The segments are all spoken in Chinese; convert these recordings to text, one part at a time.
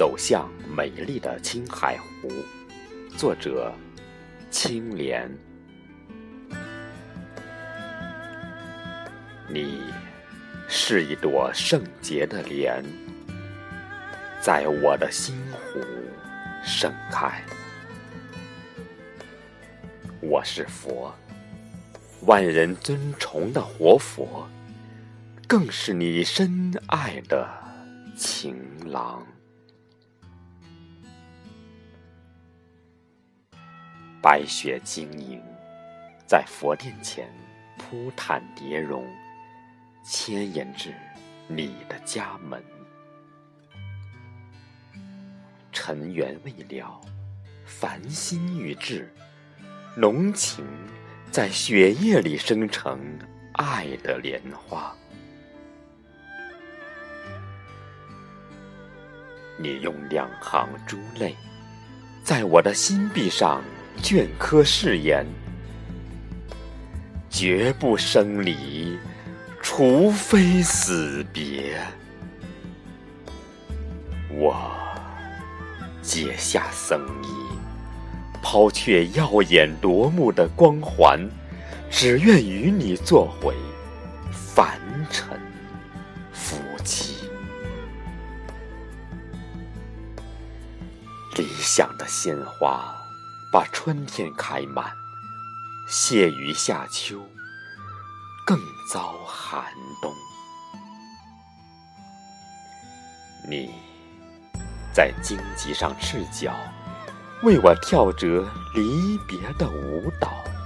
走向美丽的青海湖。作者：青莲。你是一朵圣洁的莲，在我的心湖盛开。我是佛，万人尊崇的活佛，更是你深爱的情郎。白雪晶莹，在佛殿前铺毯叠绒，牵引至你的家门。尘缘未了，繁星欲至，浓情在血液里生成爱的莲花。你用2行珠泪，在我的心壁上镌刻誓言，绝不生离，除非死别。我解下僧衣，抛却耀眼夺目的光环，只愿与你做回凡尘夫妻。理想的鲜花把春天开满，谢于夏秋，更遭寒冬。你在荆棘上赤脚，为我跳着离别的舞蹈。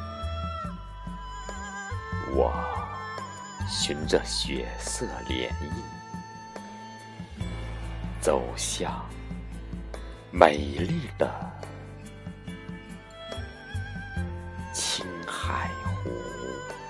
我循着血色涟漪，走向美丽的青海湖。